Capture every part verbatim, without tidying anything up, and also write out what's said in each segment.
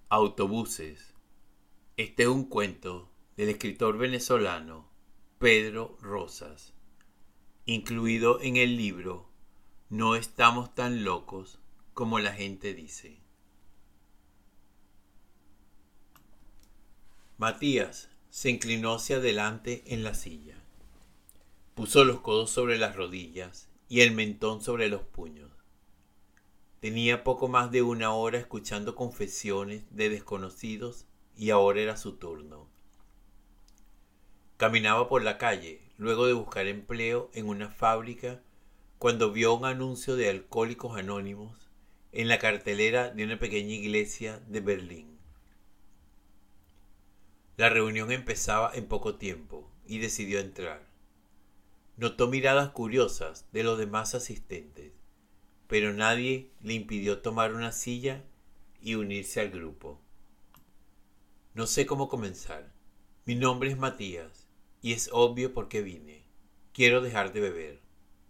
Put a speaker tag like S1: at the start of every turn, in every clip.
S1: Autobuses. Este es un cuento del escritor venezolano Pedro Rosas, incluido en el libro No estamos tan locos como la gente dice. Matías se inclinó hacia adelante en la silla. Puso los codos sobre las rodillas y el mentón sobre los puños. Tenía poco más de una hora escuchando confesiones de desconocidos y ahora era su turno. Caminaba por la calle, luego de buscar empleo en una fábrica, cuando vio un anuncio de Alcohólicos Anónimos en la cartelera de una pequeña iglesia de Berlín. La reunión empezaba en poco tiempo y decidió entrar. Notó miradas curiosas de los demás asistentes, pero nadie le impidió tomar una silla y unirse al grupo. No sé cómo comenzar. Mi nombre es Matías y es obvio por qué vine. Quiero dejar de beber.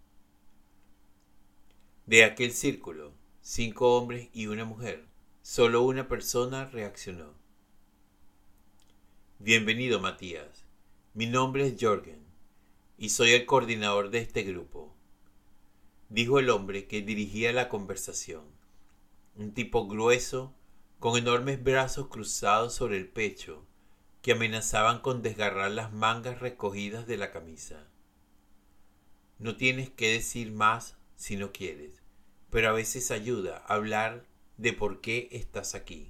S1: De aquel círculo, cinco hombres y una mujer, solo una persona reaccionó. Bienvenido, Matías. Mi nombre es Jorgen y soy el coordinador de este grupo, dijo el hombre que dirigía la conversación. Un tipo grueso, con enormes brazos cruzados sobre el pecho, que amenazaban con desgarrar las mangas recogidas de la camisa. No tienes que decir más si no quieres, pero a veces ayuda a hablar de por qué estás aquí.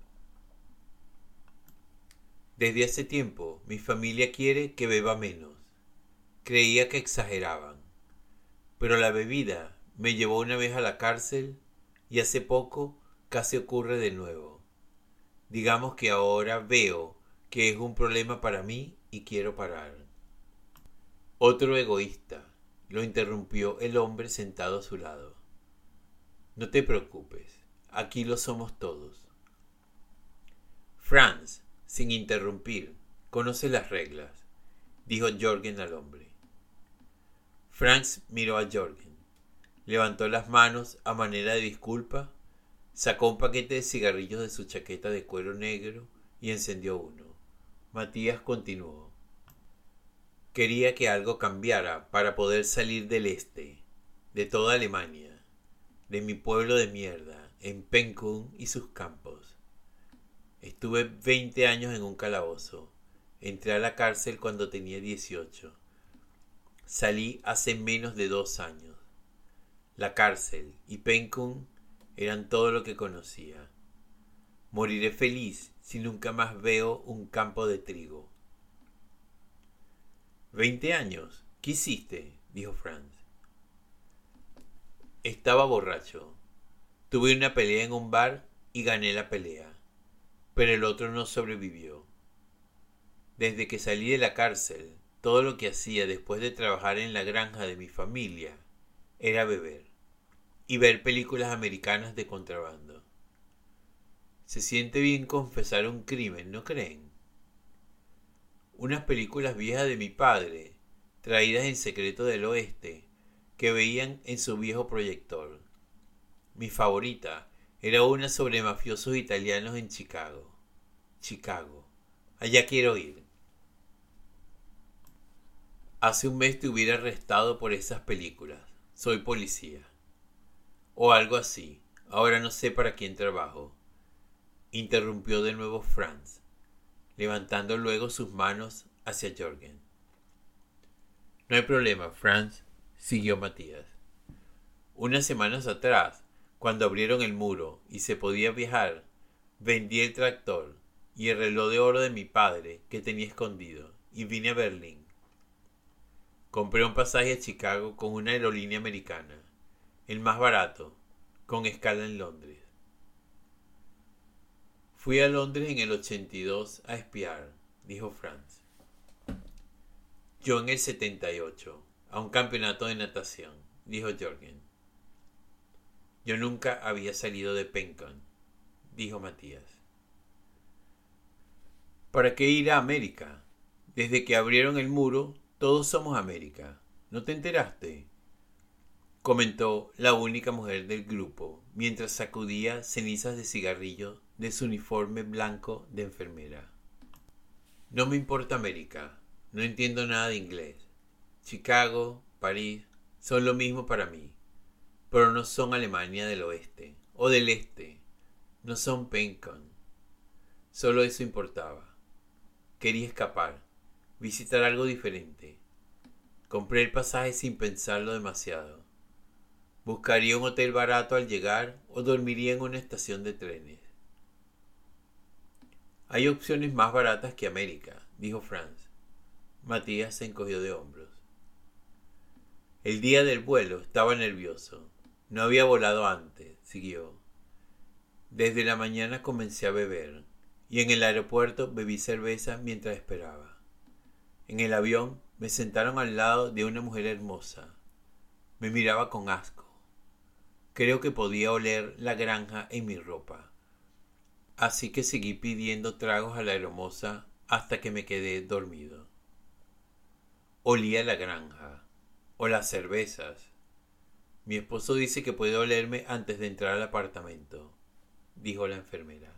S1: Desde hace tiempo mi familia quiere que beba menos. Creía que exageraban, pero la bebida me llevó una vez a la cárcel y hace poco casi ocurre de nuevo. Digamos que ahora veo que es un problema para mí y quiero parar. Otro egoísta, lo interrumpió el hombre sentado a su lado. No te preocupes, aquí lo somos todos. Franz, sin interrumpir, conoce las reglas, dijo Jorgen al hombre. Franz miró a Jorgen, levantó las manos a manera de disculpa, sacó un paquete de cigarrillos de su chaqueta de cuero negro y encendió uno. Matías continuó. Quería que algo cambiara para poder salir del este, de toda Alemania, de mi pueblo de mierda, en Penkun y sus campos. Estuve veinte años en un calabozo. Entré a la cárcel cuando tenía dieciocho. Salí hace menos de dos años. La cárcel y Penkun eran todo lo que conocía. Moriré feliz si nunca más veo un campo de trigo. ¿Veinte años? ¿Qué hiciste?, dijo Franz. Estaba borracho. Tuve una pelea en un bar y gané la pelea, pero el otro no sobrevivió. Desde que salí de la cárcel, todo lo que hacía después de trabajar en la granja de mi familia era beber y ver películas americanas de contrabando. Se siente bien confesar un crimen, ¿no creen? Unas películas viejas de mi padre, traídas en secreto del oeste, que veían en su viejo proyector. Mi favorita era una sobre mafiosos italianos en Chicago. Chicago. Allá quiero ir. Hace un mes te hubiera arrestado por esas películas. Soy policía. O algo así. Ahora no sé para quién trabajo. Interrumpió de nuevo Franz, levantando luego sus manos hacia Jorgen. No hay problema, Franz, siguió Matías. Unas semanas atrás, cuando abrieron el muro y se podía viajar, vendí el tractor y el reloj de oro de mi padre que tenía escondido y vine a Berlín. Compré un pasaje a Chicago con una aerolínea americana, el más barato, con escala en Londres. Fui a Londres en el ochenta y dos a espiar, dijo Franz. Yo en el setenta y ocho, a un campeonato de natación, dijo Jorgen. Yo nunca había salido de Penkun, dijo Matías. ¿Para qué ir a América? Desde que abrieron el muro, todos somos América. ¿No te enteraste?, comentó la única mujer del grupo, mientras sacudía cenizas de cigarrillo de su uniforme blanco de enfermera. No me importa América, no entiendo nada de inglés. Chicago, París, son lo mismo para mí, pero no son Alemania del oeste o del este, no son Pencon. Solo eso importaba. Quería escapar, visitar algo diferente. Compré el pasaje sin pensarlo demasiado. Buscaría un hotel barato al llegar o dormiría en una estación de trenes. Hay opciones más baratas que América, dijo Franz. Matías se encogió de hombros. El día del vuelo estaba nervioso. No había volado antes, siguió. Desde la mañana comencé a beber, y en el aeropuerto bebí cerveza mientras esperaba. En el avión me sentaron al lado de una mujer hermosa. Me miraba con asco. Creo que podía oler la granja en mi ropa. Así que seguí pidiendo tragos a la hermosa hasta que me quedé dormido. Olía la granja, o las cervezas. Mi esposo dice que puede olerme antes de entrar al apartamento, dijo la enfermera.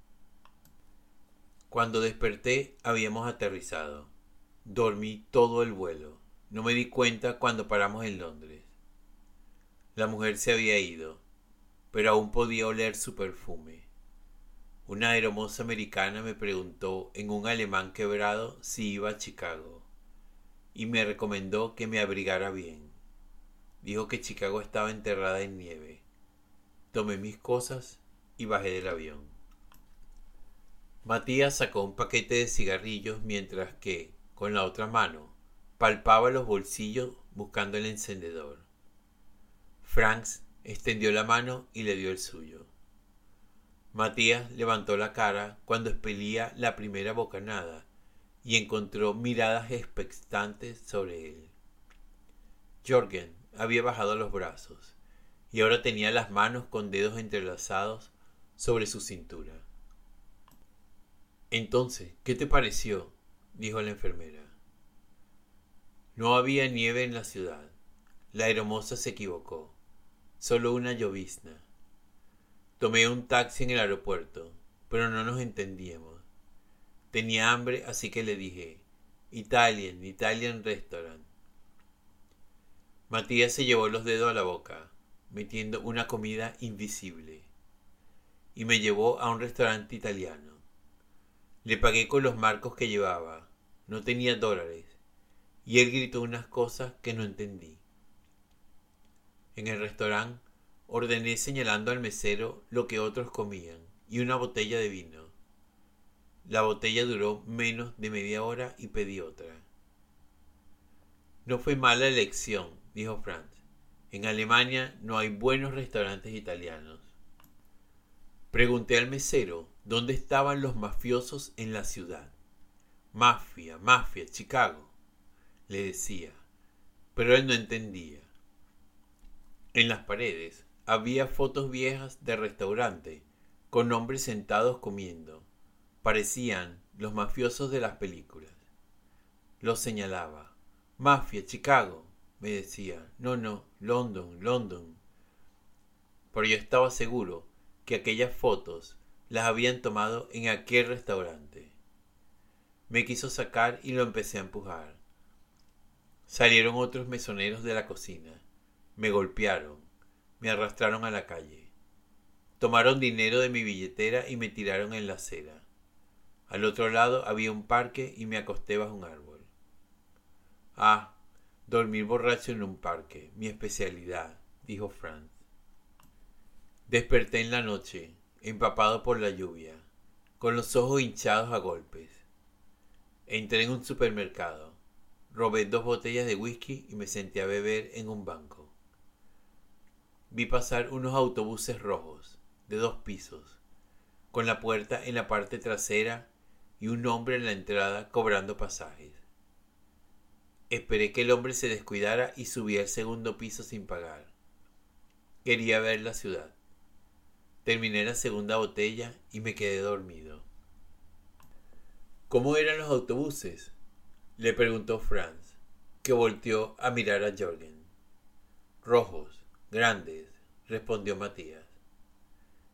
S1: Cuando desperté habíamos aterrizado. Dormí todo el vuelo. No me di cuenta cuando paramos en Londres. La mujer se había ido, pero aún podía oler su perfume. Una aeromoza americana me preguntó en un alemán quebrado si iba a Chicago y me recomendó que me abrigara bien. Dijo que Chicago estaba enterrada en nieve. Tomé mis cosas y bajé del avión. Matías sacó un paquete de cigarrillos mientras que, con la otra mano, palpaba los bolsillos buscando el encendedor. Franz extendió la mano y le dio el suyo. Matías levantó la cara cuando expelía la primera bocanada y encontró miradas expectantes sobre él. Jürgen había bajado los brazos y ahora tenía las manos con dedos entrelazados sobre su cintura. Entonces, ¿qué te pareció?, dijo la enfermera. No había nieve en la ciudad. La hermosa se equivocó. Solo una llovizna. Tomé un taxi en el aeropuerto, pero no nos entendíamos. Tenía hambre, así que le dije, Italian, Italian Restaurant. Matías se llevó los dedos a la boca, metiendo una comida invisible, y me llevó a un restaurante italiano. Le pagué con los marcos que llevaba. No tenía dólares, y él gritó unas cosas que no entendí. En el restaurante ordené señalando al mesero lo que otros comían y una botella de vino. La botella duró menos de media hora y pedí otra. No fue mala elección, dijo Franz. En Alemania no hay buenos restaurantes italianos. Pregunté al mesero dónde estaban los mafiosos en la ciudad. Mafia, mafia, Chicago, le decía, pero él no entendía. En las paredes había fotos viejas de restaurante con hombres sentados comiendo. Parecían los mafiosos de las películas. Los señalaba. Mafia, Chicago, me decía. No, no, London, London. Pero yo estaba seguro que aquellas fotos las habían tomado en aquel restaurante. Me quiso sacar y lo empecé a empujar. Salieron otros mesoneros de la cocina. Me golpearon, me arrastraron a la calle. Tomaron dinero de mi billetera y me tiraron en la acera. Al otro lado había un parque y me acosté bajo un árbol. Ah, dormir borracho en un parque, mi especialidad, dijo Franz. Desperté en la noche, empapado por la lluvia, con los ojos hinchados a golpes. Entré en un supermercado, robé dos botellas de whisky y me senté a beber en un banco. Vi pasar unos autobuses rojos, de dos pisos, con la puerta en la parte trasera y un hombre en la entrada cobrando pasajes. Esperé que el hombre se descuidara y subí al segundo piso sin pagar. Quería ver la ciudad. Terminé la segunda botella y me quedé dormido. ¿Cómo eran los autobuses?, le preguntó Franz, que volteó a mirar a Jürgen. Rojos, grandes, respondió Matías.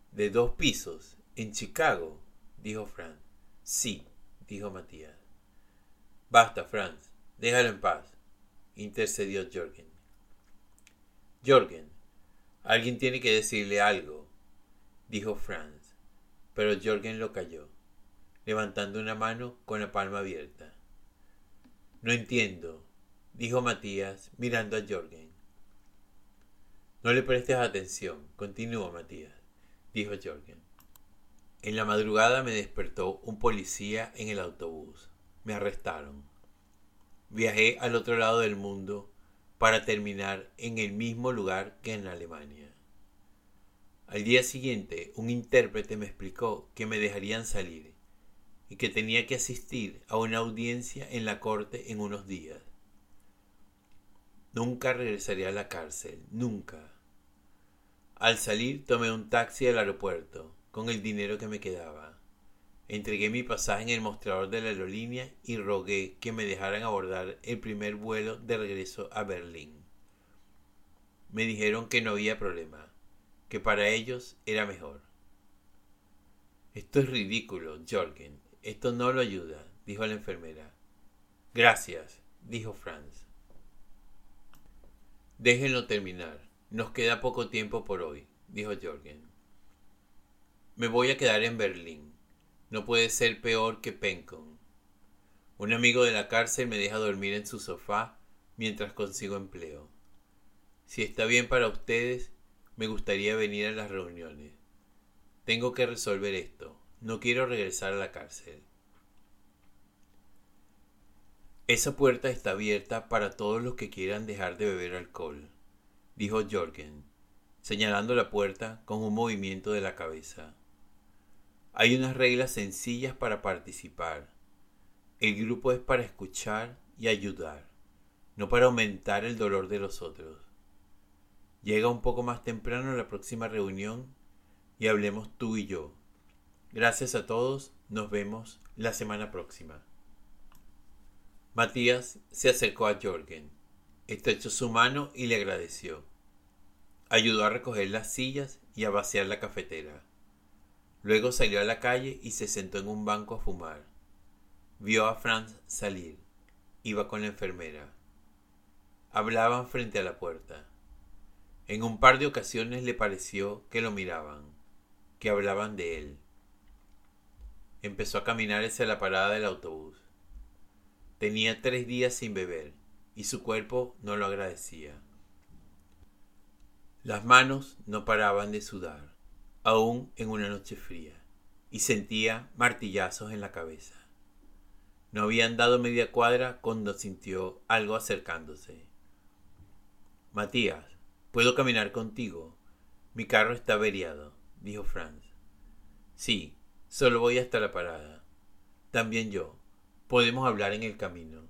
S1: ¿De dos pisos? ¿En Chicago?, dijo Franz. Sí, dijo Matías. Basta, Franz, déjalo en paz, intercedió Jürgen. Jürgen, alguien tiene que decirle algo, dijo Franz, pero Jürgen lo calló, levantando una mano con la palma abierta. No entiendo, dijo Matías, mirando a Jürgen. No le prestes atención, continúa, Matías, dijo Jürgen. En la madrugada me despertó un policía en el autobús. Me arrestaron. Viajé al otro lado del mundo para terminar en el mismo lugar que en Alemania. Al día siguiente, un intérprete me explicó que me dejarían salir y que tenía que asistir a una audiencia en la corte en unos días. Nunca regresaré a la cárcel, nunca. Al salir tomé un taxi al aeropuerto con el dinero que me quedaba. Entregué mi pasaje en el mostrador de la aerolínea y rogué que me dejaran abordar el primer vuelo de regreso a Berlín. Me dijeron que no había problema, que para ellos era mejor. Esto es ridículo, Jürgen. Esto no lo ayuda, dijo la enfermera. Gracias, dijo Franz. Déjenlo terminar. Nos queda poco tiempo por hoy, dijo Jürgen. Me voy a quedar en Berlín. No puede ser peor que Pencon. Un amigo de la cárcel me deja dormir en su sofá mientras consigo empleo. Si está bien para ustedes, me gustaría venir a las reuniones. Tengo que resolver esto. No quiero regresar a la cárcel. Esa puerta está abierta para todos los que quieran dejar de beber alcohol, dijo Jürgen, señalando la puerta con un movimiento de la cabeza. Hay unas reglas sencillas para participar. El grupo es para escuchar y ayudar, no para aumentar el dolor de los otros. Llega un poco más temprano a la próxima reunión y hablemos tú y yo. Gracias a todos, nos vemos la semana próxima. Matías se acercó a Jürgen, estrechó su mano y le agradeció. Ayudó a recoger las sillas y a vaciar la cafetera. Luego salió a la calle y se sentó en un banco a fumar. Vio a Franz salir. Iba con la enfermera. Hablaban frente a la puerta. En un par de ocasiones le pareció que lo miraban, que hablaban de él. Empezó a caminar hacia la parada del autobús. Tenía tres días sin beber y su cuerpo no lo agradecía. Las manos no paraban de sudar, aún en una noche fría, y sentía martillazos en la cabeza. No había andado media cuadra cuando sintió algo acercándose. Matías, ¿puedo caminar contigo? Mi carro está averiado, dijo Franz. Sí, solo voy hasta la parada. También yo. Podemos hablar en el camino.